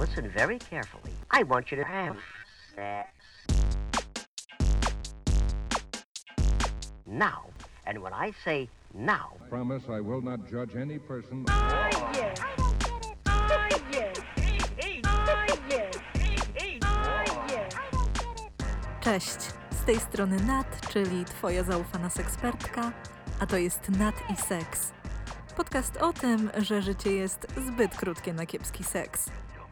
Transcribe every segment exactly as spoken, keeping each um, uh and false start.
listen very carefully. I want you to have sex. Now. And when I say now... I promise I will not judge any person... Oh, yes. I don't get it. Oh, yes. Oh, yes. Oh, yes. I don't get it. Cześć, z tej strony Nat, czyli twoja zaufana sekspertka, a to jest Nat i Seks. Podcast o tym, że życie jest zbyt krótkie na kiepski seks.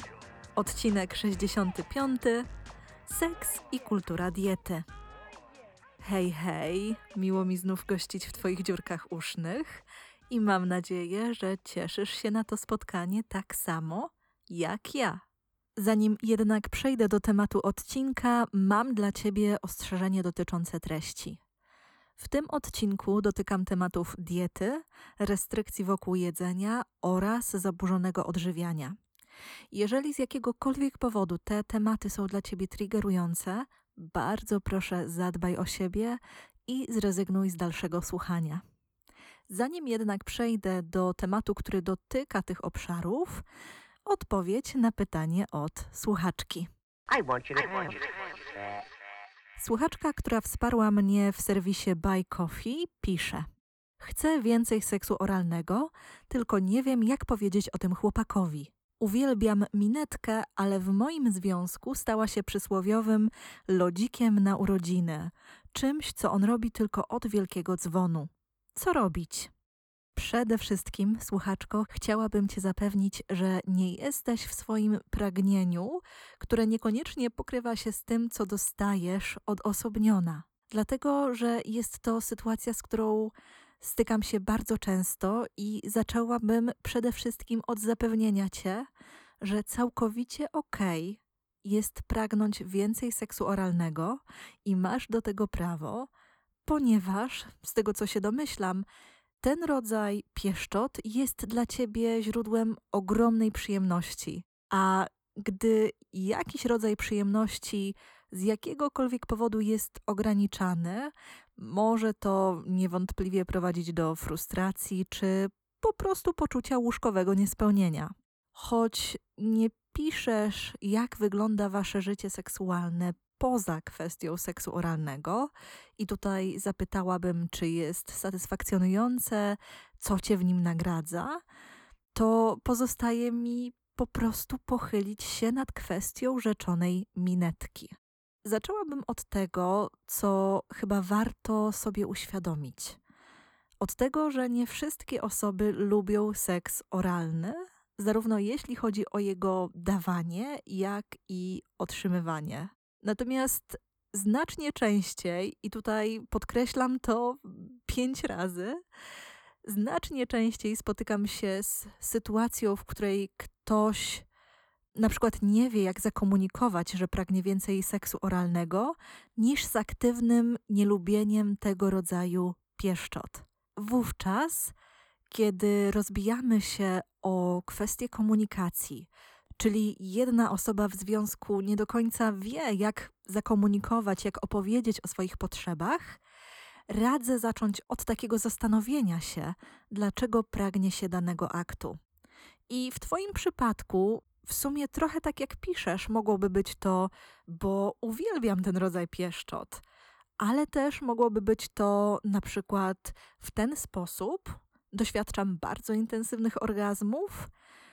Odcinek sześćdziesiąty piąty. Seks i kultura diety. Hej, hej, miło mi znów gościć w twoich dziurkach usznych i mam nadzieję, że cieszysz się na to spotkanie tak samo jak ja. Zanim jednak przejdę do tematu odcinka, mam dla ciebie ostrzeżenie dotyczące treści. W tym odcinku dotykam tematów diety, restrykcji wokół jedzenia oraz zaburzonego odżywiania. Jeżeli z jakiegokolwiek powodu te tematy są dla ciebie triggerujące, bardzo proszę zadbaj o siebie i zrezygnuj z dalszego słuchania. Zanim jednak przejdę do tematu, który dotyka tych obszarów, odpowiedź na pytanie od słuchaczki. I want you to have sex. Słuchaczka, która wsparła mnie w serwisie Buy Coffee, pisze: Chcę więcej seksu oralnego, tylko nie wiem, jak powiedzieć o tym chłopakowi. Uwielbiam minetkę, ale w moim związku stała się przysłowiowym lodzikiem na urodziny, czymś, co on robi tylko od wielkiego dzwonu. Co robić? Przede wszystkim, słuchaczko, chciałabym cię zapewnić, że nie jesteś w swoim pragnieniu, które niekoniecznie pokrywa się z tym, co dostajesz, odosobniona. Dlatego, że jest to sytuacja, z którą stykam się bardzo często i zaczęłabym przede wszystkim od zapewnienia cię, że całkowicie okej jest pragnąć więcej seksu oralnego i masz do tego prawo, ponieważ, z tego co się domyślam, ten rodzaj pieszczot jest dla ciebie źródłem ogromnej przyjemności, a gdy jakiś rodzaj przyjemności z jakiegokolwiek powodu jest ograniczany, może to niewątpliwie prowadzić do frustracji czy po prostu poczucia łóżkowego niespełnienia. Choć nie piszesz, jak wygląda wasze życie seksualne poza kwestią seksu oralnego i tutaj zapytałabym, czy jest satysfakcjonujące, co cię w nim nagradza, to pozostaje mi po prostu pochylić się nad kwestią rzeczonej minetki. Zaczęłabym od tego, co chyba warto sobie uświadomić. Od tego, że nie wszystkie osoby lubią seks oralny, zarówno jeśli chodzi o jego dawanie, jak i otrzymywanie. Natomiast znacznie częściej, i tutaj podkreślam to pięć razy, znacznie częściej spotykam się z sytuacją, w której ktoś na przykład nie wie, jak zakomunikować, że pragnie więcej seksu oralnego, niż z aktywnym nielubieniem tego rodzaju pieszczot. Wówczas, kiedy rozbijamy się o kwestię komunikacji, czyli jedna osoba w związku nie do końca wie, jak zakomunikować, jak opowiedzieć o swoich potrzebach, radzę zacząć od takiego zastanowienia się, dlaczego pragnie się danego aktu. I w twoim przypadku w sumie trochę tak jak piszesz, mogłoby być to, bo uwielbiam ten rodzaj pieszczot, ale też mogłoby być to na przykład w ten sposób: doświadczam bardzo intensywnych orgazmów,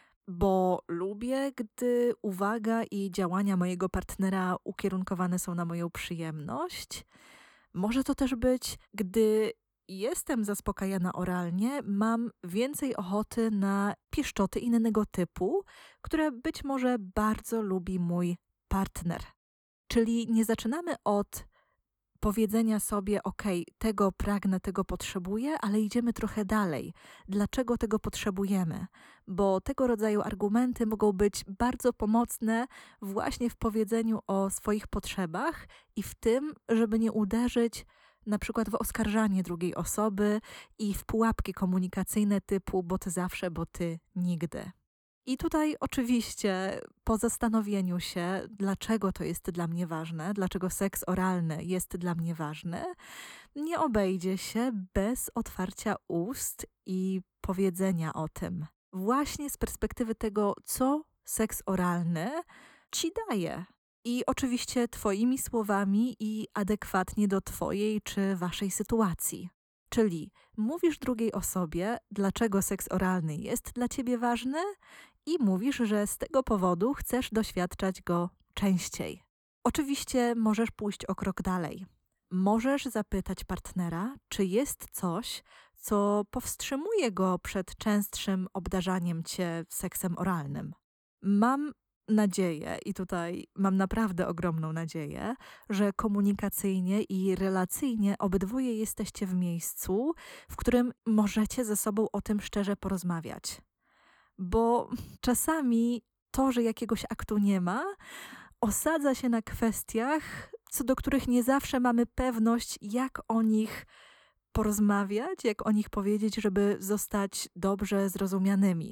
bo lubię, gdy uwaga i działania mojego partnera ukierunkowane są na moją przyjemność. Może to też być, gdy jestem zaspokajana oralnie, mam więcej ochoty na pieszczoty innego typu, które być może bardzo lubi mój partner. Czyli nie zaczynamy od powiedzenia sobie, okej, tego pragnę, tego potrzebuję, ale idziemy trochę dalej. Dlaczego tego potrzebujemy? Bo tego rodzaju argumenty mogą być bardzo pomocne właśnie w powiedzeniu o swoich potrzebach i w tym, żeby nie uderzyć na przykład w oskarżanie drugiej osoby i w pułapki komunikacyjne typu bo ty zawsze, bo ty nigdy. I tutaj oczywiście po zastanowieniu się, dlaczego to jest dla mnie ważne, dlaczego seks oralny jest dla mnie ważny, nie obejdzie się bez otwarcia ust i powiedzenia o tym. Właśnie z perspektywy tego, co seks oralny ci daje. I oczywiście twoimi słowami i adekwatnie do twojej czy waszej sytuacji. Czyli mówisz drugiej osobie, dlaczego seks oralny jest dla ciebie ważny i mówisz, że z tego powodu chcesz doświadczać go częściej. Oczywiście możesz pójść o krok dalej. Możesz zapytać partnera, czy jest coś, co powstrzymuje go przed częstszym obdarzaniem cię seksem oralnym. Mam nadzieję, i tutaj mam naprawdę ogromną nadzieję, że komunikacyjnie i relacyjnie obydwoje jesteście w miejscu, w którym możecie ze sobą o tym szczerze porozmawiać. Bo czasami to, że jakiegoś aktu nie ma, osadza się na kwestiach, co do których nie zawsze mamy pewność, jak o nich porozmawiać, jak o nich powiedzieć, żeby zostać dobrze zrozumianymi.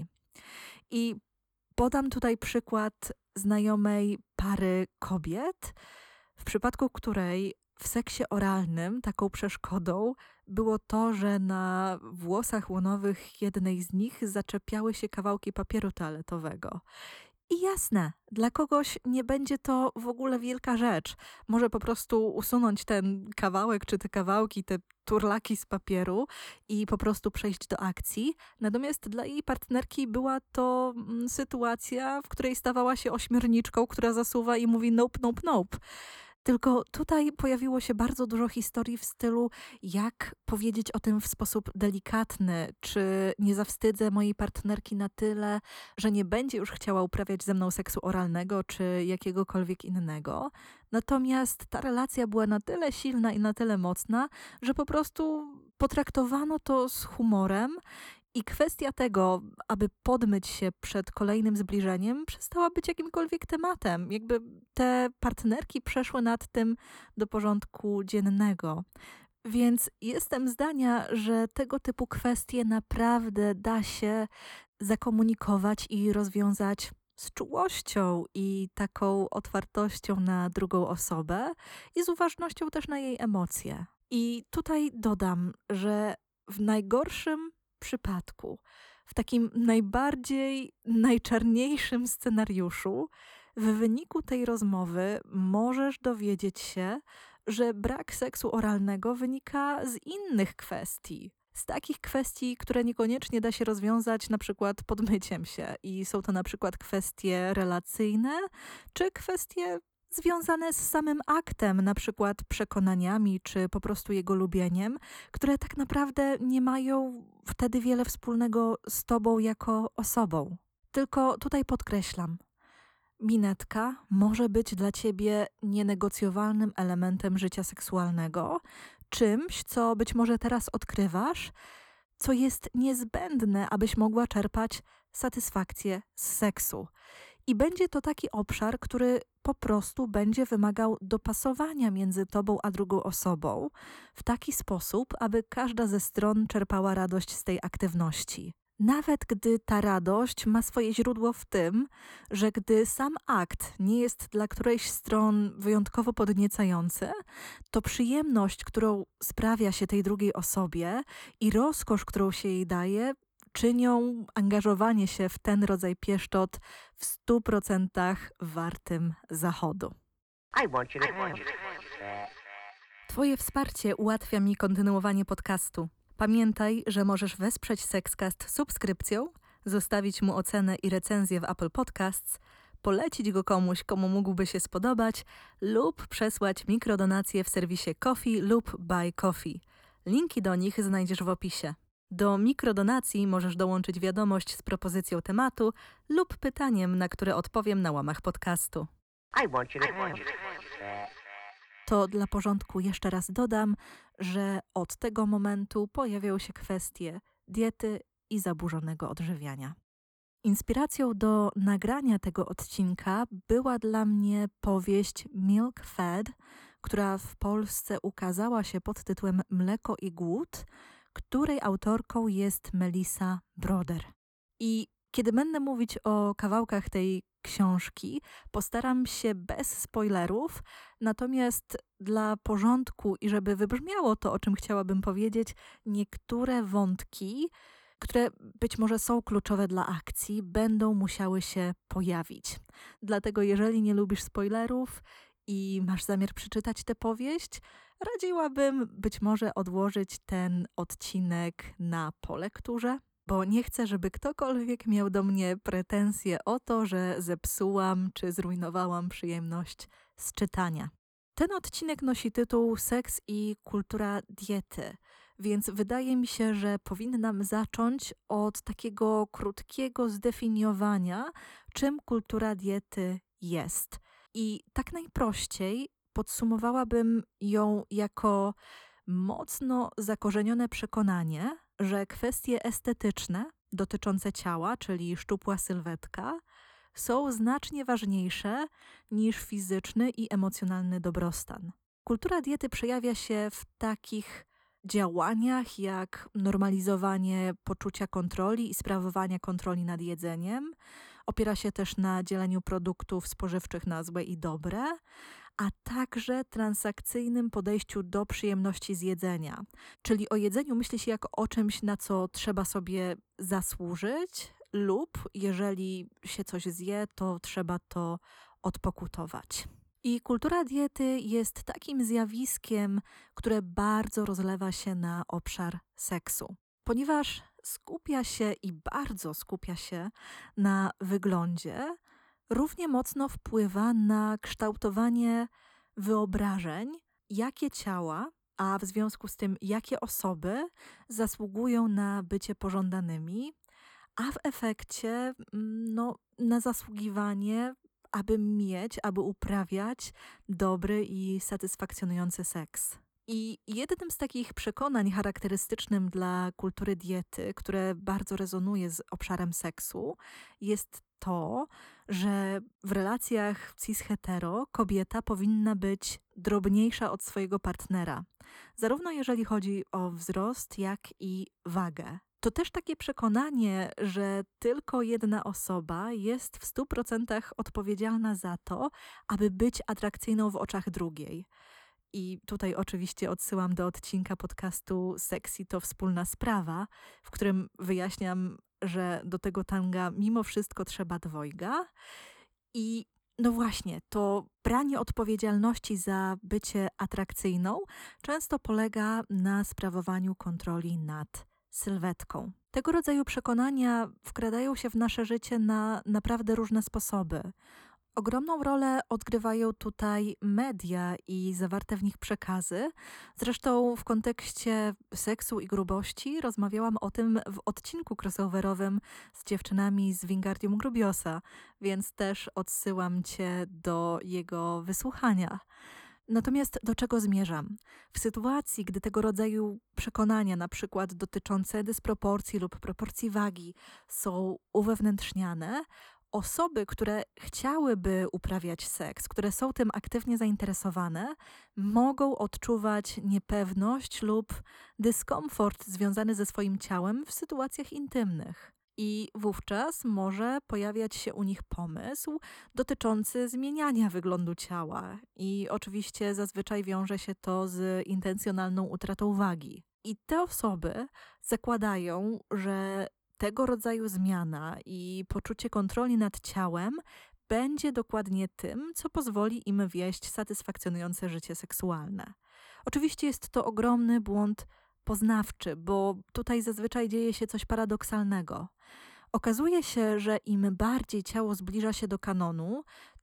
I podam tutaj przykład znajomej pary kobiet, w przypadku której w seksie oralnym taką przeszkodą było to, że na włosach łonowych jednej z nich zaczepiały się kawałki papieru toaletowego. I jasne, dla kogoś nie będzie to w ogóle wielka rzecz. Może po prostu usunąć ten kawałek, czy te kawałki, te turlaki z papieru i po prostu przejść do akcji. Natomiast dla jej partnerki była to mm, sytuacja, w której stawała się ośmiorniczką, która zasuwa i mówi nope, nope, nope. Tylko tutaj pojawiło się bardzo dużo historii w stylu, jak powiedzieć o tym w sposób delikatny, czy nie zawstydzę mojej partnerki na tyle, że nie będzie już chciała uprawiać ze mną seksu oralnego, czy jakiegokolwiek innego. Natomiast ta relacja była na tyle silna i na tyle mocna, że po prostu potraktowano to z humorem. I kwestia tego, aby podmyć się przed kolejnym zbliżeniem, przestała być jakimkolwiek tematem. Jakby te partnerki przeszły nad tym do porządku dziennego. Więc jestem zdania, że tego typu kwestie naprawdę da się zakomunikować i rozwiązać z czułością i taką otwartością na drugą osobę i z uważnością też na jej emocje. I tutaj dodam, że w najgorszym przypadku, w takim najbardziej, najczarniejszym scenariuszu, w wyniku tej rozmowy możesz dowiedzieć się, że brak seksu oralnego wynika z innych kwestii. Z takich kwestii, które niekoniecznie da się rozwiązać na przykład podmyciem się. I są to na przykład kwestie relacyjne, czy kwestie związane z samym aktem, na przykład przekonaniami, czy po prostu jego lubieniem, które tak naprawdę nie mają wtedy wiele wspólnego z tobą jako osobą. Tylko tutaj podkreślam, minetka może być dla ciebie nienegocjowalnym elementem życia seksualnego, czymś, co być może teraz odkrywasz, co jest niezbędne, abyś mogła czerpać satysfakcję z seksu. I będzie to taki obszar, który po prostu będzie wymagał dopasowania między tobą a drugą osobą w taki sposób, aby każda ze stron czerpała radość z tej aktywności. Nawet gdy ta radość ma swoje źródło w tym, że gdy sam akt nie jest dla którejś z stron wyjątkowo podniecający, to przyjemność, którą sprawia się tej drugiej osobie i rozkosz, którą się jej daje, czynią angażowanie się w ten rodzaj pieszczot w stu procentach wartym zachodu. I want you to have that. Twoje wsparcie ułatwia mi kontynuowanie podcastu. Pamiętaj, że możesz wesprzeć Sexcast subskrypcją, zostawić mu ocenę i recenzję w Apple Podcasts, polecić go komuś, komu mógłby się spodobać lub przesłać mikrodonacje w serwisie Ko-fi lub Buy Coffee. Linki do nich znajdziesz w opisie. Do mikrodonacji możesz dołączyć wiadomość z propozycją tematu lub pytaniem, na które odpowiem na łamach podcastu. I want you to have that. To dla porządku jeszcze raz dodam, że od tego momentu pojawiają się kwestie diety i zaburzonego odżywiania. Inspiracją do nagrania tego odcinka była dla mnie powieść Milk Fed, która w Polsce ukazała się pod tytułem Mleko i głód, której autorką jest Melissa Broder. I kiedy będę mówić o kawałkach tej książki, postaram się bez spoilerów, natomiast dla porządku i żeby wybrzmiało to, o czym chciałabym powiedzieć, niektóre wątki które być może są kluczowe dla akcji, będą musiały się pojawić. Dlatego jeżeli nie lubisz spoilerów i masz zamiar przeczytać tę powieść, radziłabym być może odłożyć ten odcinek na polekturze, bo nie chcę, żeby ktokolwiek miał do mnie pretensje o to, że zepsułam czy zrujnowałam przyjemność z czytania. Ten odcinek nosi tytuł Seks i kultura diety, więc wydaje mi się, że powinnam zacząć od takiego krótkiego zdefiniowania, czym kultura diety jest. I tak najprościej podsumowałabym ją jako mocno zakorzenione przekonanie, że kwestie estetyczne dotyczące ciała, czyli szczupła sylwetka, są znacznie ważniejsze niż fizyczny i emocjonalny dobrostan. Kultura diety przejawia się w takich działaniach jak normalizowanie poczucia kontroli i sprawowania kontroli nad jedzeniem. Opiera się też na dzieleniu produktów spożywczych na złe i dobre, a także transakcyjnym podejściu do przyjemności z jedzenia. Czyli o jedzeniu myśli się jako o czymś, na co trzeba sobie zasłużyć lub jeżeli się coś zje, to trzeba to odpokutować. I kultura diety jest takim zjawiskiem, które bardzo rozlewa się na obszar seksu, ponieważ skupia się i bardzo skupia się na wyglądzie, równie mocno wpływa na kształtowanie wyobrażeń, jakie ciała, a w związku z tym jakie osoby zasługują na bycie pożądanymi, a w efekcie no, na zasługiwanie, aby mieć, aby uprawiać dobry i satysfakcjonujący seks. I jednym z takich przekonań charakterystycznym dla kultury diety, które bardzo rezonuje z obszarem seksu, jest to, że w relacjach cis-hetero kobieta powinna być drobniejsza od swojego partnera, zarówno jeżeli chodzi o wzrost, jak i wagę. To też takie przekonanie, że tylko jedna osoba jest w stu procentach odpowiedzialna za to, aby być atrakcyjną w oczach drugiej. I tutaj oczywiście odsyłam do odcinka podcastu Sexy to wspólna sprawa, w którym wyjaśniam, że do tego tanga mimo wszystko trzeba dwojga. I no właśnie, to branie odpowiedzialności za bycie atrakcyjną często polega na sprawowaniu kontroli nad sylwetką. Tego rodzaju przekonania wkradają się w nasze życie na naprawdę różne sposoby. Ogromną rolę odgrywają tutaj media i zawarte w nich przekazy. Zresztą w kontekście seksu i grubości rozmawiałam o tym w odcinku crossoverowym z dziewczynami z Wingardium Grubiosa, więc też odsyłam Cię do jego wysłuchania. Natomiast do czego zmierzam? W sytuacji, gdy tego rodzaju przekonania, na przykład dotyczące dysproporcji lub proporcji wagi, są uwewnętrzniane, osoby, które chciałyby uprawiać seks, które są tym aktywnie zainteresowane, mogą odczuwać niepewność lub dyskomfort związany ze swoim ciałem w sytuacjach intymnych. I wówczas może pojawiać się u nich pomysł dotyczący zmieniania wyglądu ciała. I oczywiście zazwyczaj wiąże się to z intencjonalną utratą wagi. I te osoby zakładają, że tego rodzaju zmiana i poczucie kontroli nad ciałem będzie dokładnie tym, co pozwoli im wieść satysfakcjonujące życie seksualne. Oczywiście jest to ogromny błąd poznawczy, bo tutaj zazwyczaj dzieje się coś paradoksalnego. Okazuje się, że im bardziej ciało zbliża się do kanonu,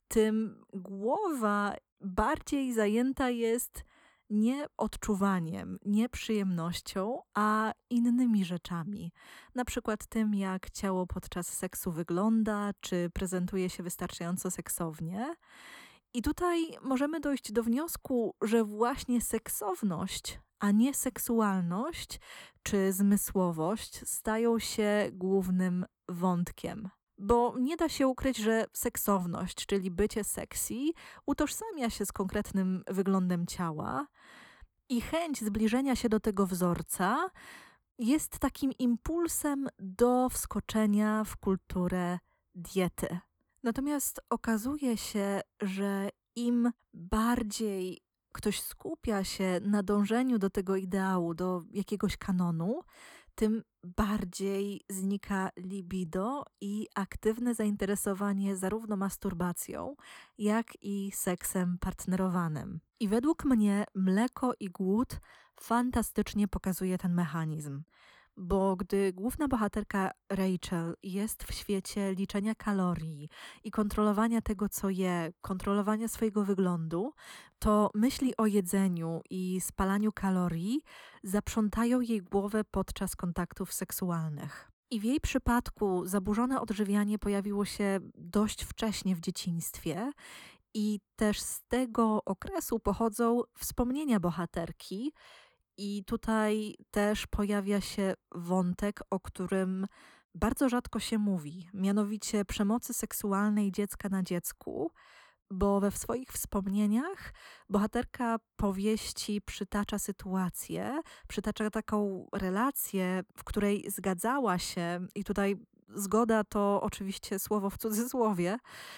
tym głowa bardziej zajęta jest nie odczuwaniem, nie przyjemnością, a innymi rzeczami. Na przykład tym, jak ciało podczas seksu wygląda, czy prezentuje się wystarczająco seksownie. I tutaj możemy dojść do wniosku, że właśnie seksowność, a nie seksualność czy zmysłowość stają się głównym wątkiem. Bo nie da się ukryć, że seksowność, czyli bycie sexy, utożsamia się z konkretnym wyglądem ciała i chęć zbliżenia się do tego wzorca jest takim impulsem do wskoczenia w kulturę diety. Natomiast okazuje się, że im bardziej ktoś skupia się na dążeniu do tego ideału, do jakiegoś kanonu, tym bardziej znika libido i aktywne zainteresowanie zarówno masturbacją, jak i seksem partnerowanym. I według mnie mleko i głód fantastycznie pokazuje ten mechanizm. Bo gdy główna bohaterka Rachel jest w świecie liczenia kalorii i kontrolowania tego, co je, kontrolowania swojego wyglądu, to myśli o jedzeniu i spalaniu kalorii zaprzątają jej głowę podczas kontaktów seksualnych. I w jej przypadku zaburzone odżywianie pojawiło się dość wcześnie w dzieciństwie i też z tego okresu pochodzą wspomnienia bohaterki. I tutaj też pojawia się wątek, o którym bardzo rzadko się mówi, mianowicie przemocy seksualnej dziecka na dziecku, bo we swoich wspomnieniach bohaterka powieści przytacza sytuację, przytacza taką relację, w której zgadzała się, i tutaj zgoda to oczywiście słowo w cudzysłowie,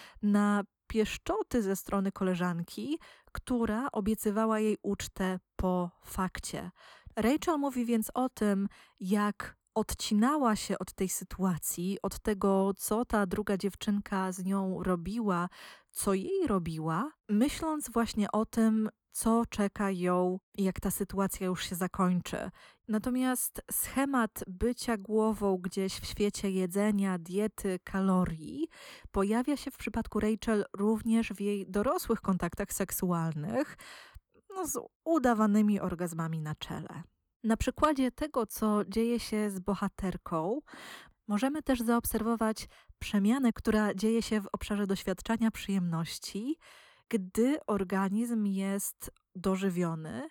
na pieszczoty ze strony koleżanki, która obiecywała jej ucztę po fakcie. Rachel mówi więc o tym, jak odcinała się od tej sytuacji, od tego, co ta druga dziewczynka z nią robiła, co jej robiła, myśląc właśnie o tym, co czeka ją, jak ta sytuacja już się zakończy. Natomiast schemat bycia głową gdzieś w świecie jedzenia, diety, kalorii pojawia się w przypadku Rachel również w jej dorosłych kontaktach seksualnych, no, z udawanymi orgazmami na czele. Na przykładzie tego, co dzieje się z bohaterką, możemy też zaobserwować przemianę, która dzieje się w obszarze doświadczania przyjemności, gdy organizm jest dożywiony,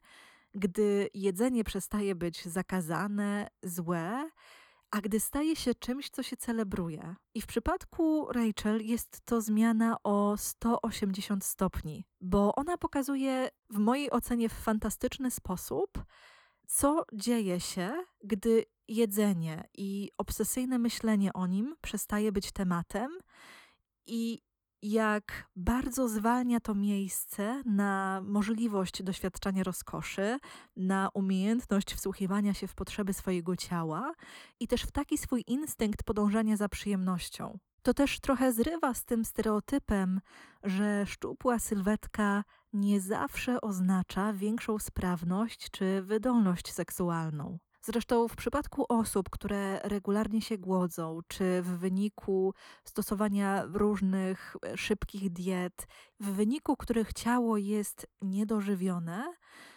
gdy jedzenie przestaje być zakazane, złe, a gdy staje się czymś, co się celebruje. I w przypadku Rachel jest to zmiana o sto osiemdziesiąt stopni, bo ona pokazuje w mojej ocenie w fantastyczny sposób, co dzieje się, gdy jedzenie i obsesyjne myślenie o nim przestaje być tematem i jak bardzo zwalnia to miejsce na możliwość doświadczania rozkoszy, na umiejętność wsłuchiwania się w potrzeby swojego ciała i też w taki swój instynkt podążania za przyjemnością. To też trochę zrywa z tym stereotypem, że szczupła sylwetka nie zawsze oznacza większą sprawność czy wydolność seksualną. Zresztą w przypadku osób, które regularnie się głodzą, czy w wyniku stosowania różnych szybkich diet, w wyniku których ciało jest niedożywione,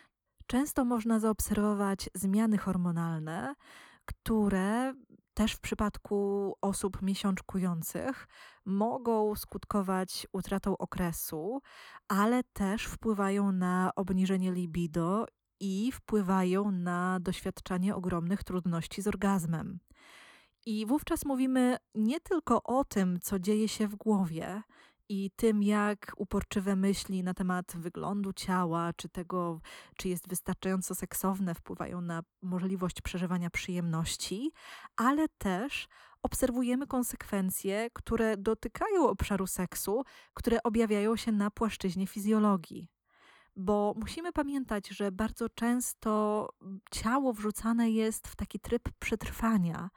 często można zaobserwować zmiany hormonalne, które też w przypadku osób miesiączkujących mogą skutkować utratą okresu, ale też wpływają na obniżenie libido i wpływają na doświadczanie ogromnych trudności z orgazmem. I wówczas mówimy nie tylko o tym, co dzieje się w głowie i tym, jak uporczywe myśli na temat wyglądu ciała, czy tego, czy jest wystarczająco seksowne, wpływają na możliwość przeżywania przyjemności, ale też obserwujemy konsekwencje, które dotykają obszaru seksu, które objawiają się na płaszczyźnie fizjologii. Bo musimy pamiętać, że bardzo często ciało wrzucane jest w taki tryb przetrwania,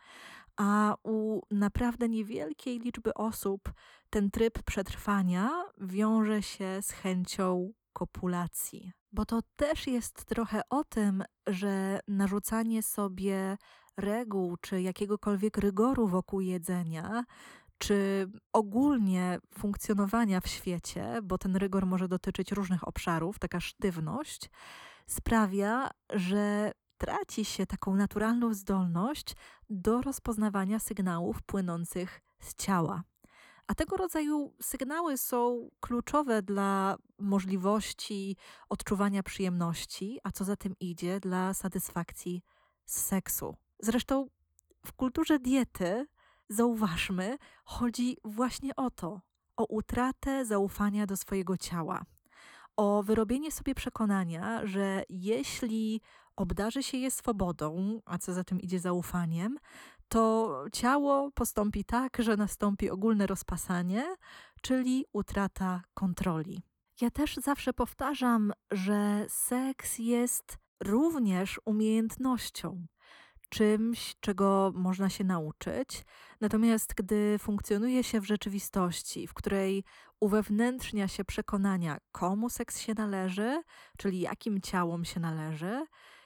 a u naprawdę niewielkiej liczby osób ten tryb przetrwania wiąże się z chęcią kopulacji. Bo to też jest trochę o tym, że narzucanie sobie reguł czy jakiegokolwiek rygoru wokół jedzenia, czy ogólnie funkcjonowania w świecie, bo ten rygor może dotyczyć różnych obszarów, taka sztywność, sprawia, że traci się taką naturalną zdolność do rozpoznawania sygnałów płynących z ciała. A tego rodzaju sygnały są kluczowe dla możliwości odczuwania przyjemności, a co za tym idzie, dla satysfakcji z seksu. Zresztą w kulturze diety, zauważmy, chodzi właśnie o to, o utratę zaufania do swojego ciała, o wyrobienie sobie przekonania, że jeśli obdarzy się je swobodą, a co za tym idzie zaufaniem, to ciało postąpi tak, że nastąpi ogólne rozpasanie, czyli utrata kontroli. Ja też zawsze powtarzam, że seks jest również umiejętnością, czymś, czego można się nauczyć. Natomiast gdy funkcjonuje się w rzeczywistości, w której uwewnętrznia się przekonania, komu seks się należy, czyli jakim ciałom się należy,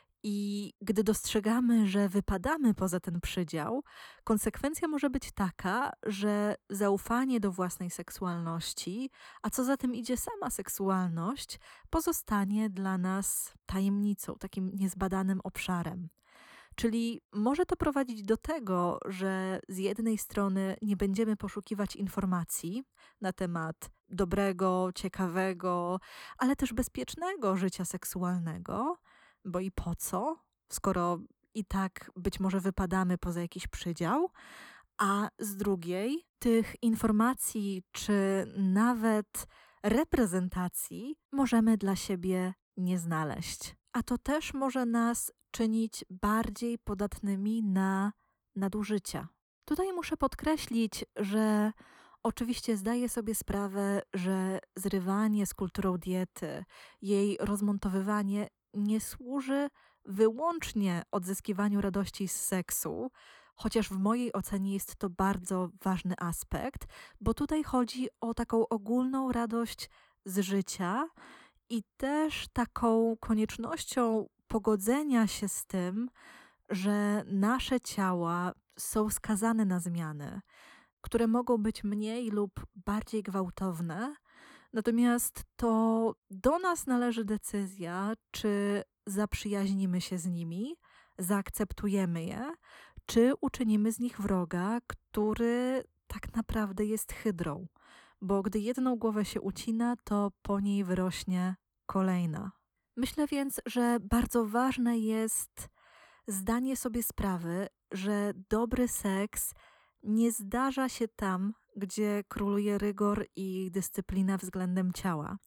i gdy dostrzegamy, że wypadamy poza ten przydział, konsekwencja może być taka, że zaufanie do własnej seksualności, a co za tym idzie sama seksualność, pozostanie dla nas tajemnicą, takim niezbadanym obszarem. Czyli może to prowadzić do tego, że z jednej strony nie będziemy poszukiwać informacji na temat dobrego, ciekawego, ale też bezpiecznego życia seksualnego, bo i po co, skoro i tak być może wypadamy poza jakiś przydział, a z drugiej tych informacji czy nawet reprezentacji możemy dla siebie nie znaleźć. A to też może nas czynić bardziej podatnymi na nadużycia. Tutaj muszę podkreślić, że oczywiście zdaję sobie sprawę, że zrywanie z kulturą diety, jej rozmontowywanie nie służy wyłącznie odzyskiwaniu radości z seksu, chociaż w mojej ocenie jest to bardzo ważny aspekt, bo tutaj chodzi o taką ogólną radość z życia i też taką koniecznością pogodzenia się z tym, że nasze ciała są skazane na zmiany, które mogą być mniej lub bardziej gwałtowne. Natomiast to do nas należy decyzja, czy zaprzyjaźnimy się z nimi, zaakceptujemy je, czy uczynimy z nich wroga, który tak naprawdę jest hydrą. Bo gdy jedną głowę się ucina, to po niej wyrośnie kolejna. Myślę więc, że bardzo ważne jest zdanie sobie sprawy, że dobry seks nie zdarza się tam, gdzie króluje rygor i dyscyplina względem ciała.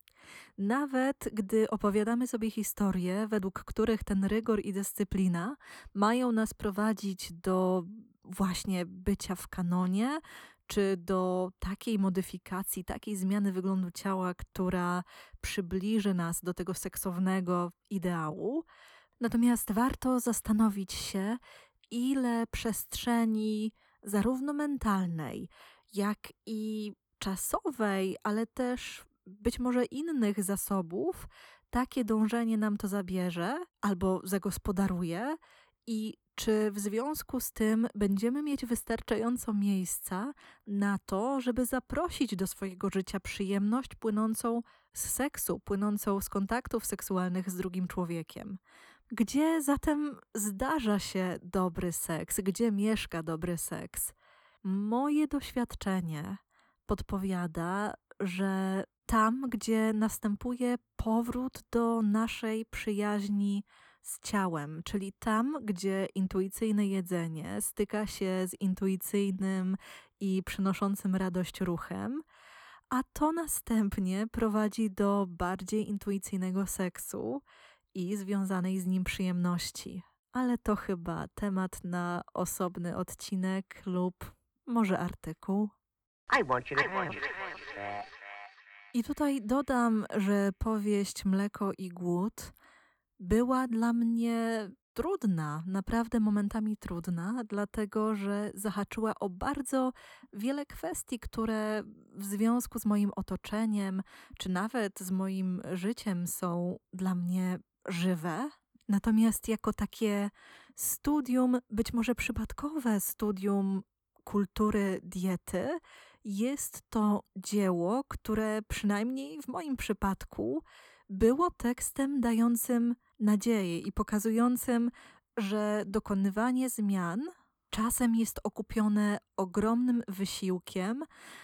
Nawet gdy opowiadamy sobie historie, według których ten rygor i dyscyplina mają nas prowadzić do właśnie bycia w kanonie, czy do takiej modyfikacji, takiej zmiany wyglądu ciała, która przybliży nas do tego seksownego ideału. Natomiast warto zastanowić się, ile przestrzeni zarówno mentalnej, jak i czasowej, ale też być może innych zasobów, takie dążenie nam to zabierze albo zagospodaruje i czy w związku z tym będziemy mieć wystarczająco miejsca na to, żeby zaprosić do swojego życia przyjemność płynącą z seksu, płynącą z kontaktów seksualnych z drugim człowiekiem. Gdzie zatem zdarza się dobry seks? Gdzie mieszka dobry seks? Moje doświadczenie podpowiada, że tam, gdzie następuje powrót do naszej przyjaźni z ciałem, czyli tam, gdzie intuicyjne jedzenie styka się z intuicyjnym i przynoszącym radość ruchem, a to następnie prowadzi do bardziej intuicyjnego seksu i związanej z nim przyjemności. Ale to chyba temat na osobny odcinek lub może artykuł. I want you to have that. I tutaj dodam, że powieść Mleko i głód była dla mnie trudna, naprawdę momentami trudna, dlatego że zahaczyła o bardzo wiele kwestii, które w związku z moim otoczeniem, czy nawet z moim życiem są dla mnie żywe. Natomiast jako takie studium, być może przypadkowe studium kultury diety, jest to dzieło, które przynajmniej w moim przypadku było tekstem dającym nadzieję i pokazującym, że dokonywanie zmian czasem jest okupione ogromnym wysiłkiem,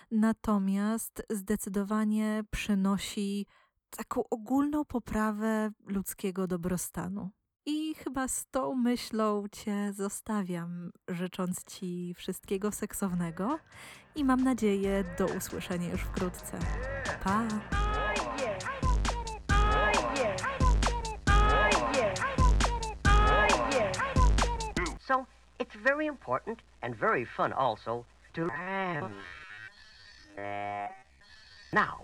natomiast zdecydowanie przynosi taką ogólną poprawę ludzkiego dobrostanu. I chyba z tą myślą Cię zostawiam, życząc Ci wszystkiego seksownego i mam nadzieję do usłyszenia już wkrótce. Pa! Oh yeah. Oh yeah. Oh yeah. Oh yeah. So it's very important and very fun also to have that. Now,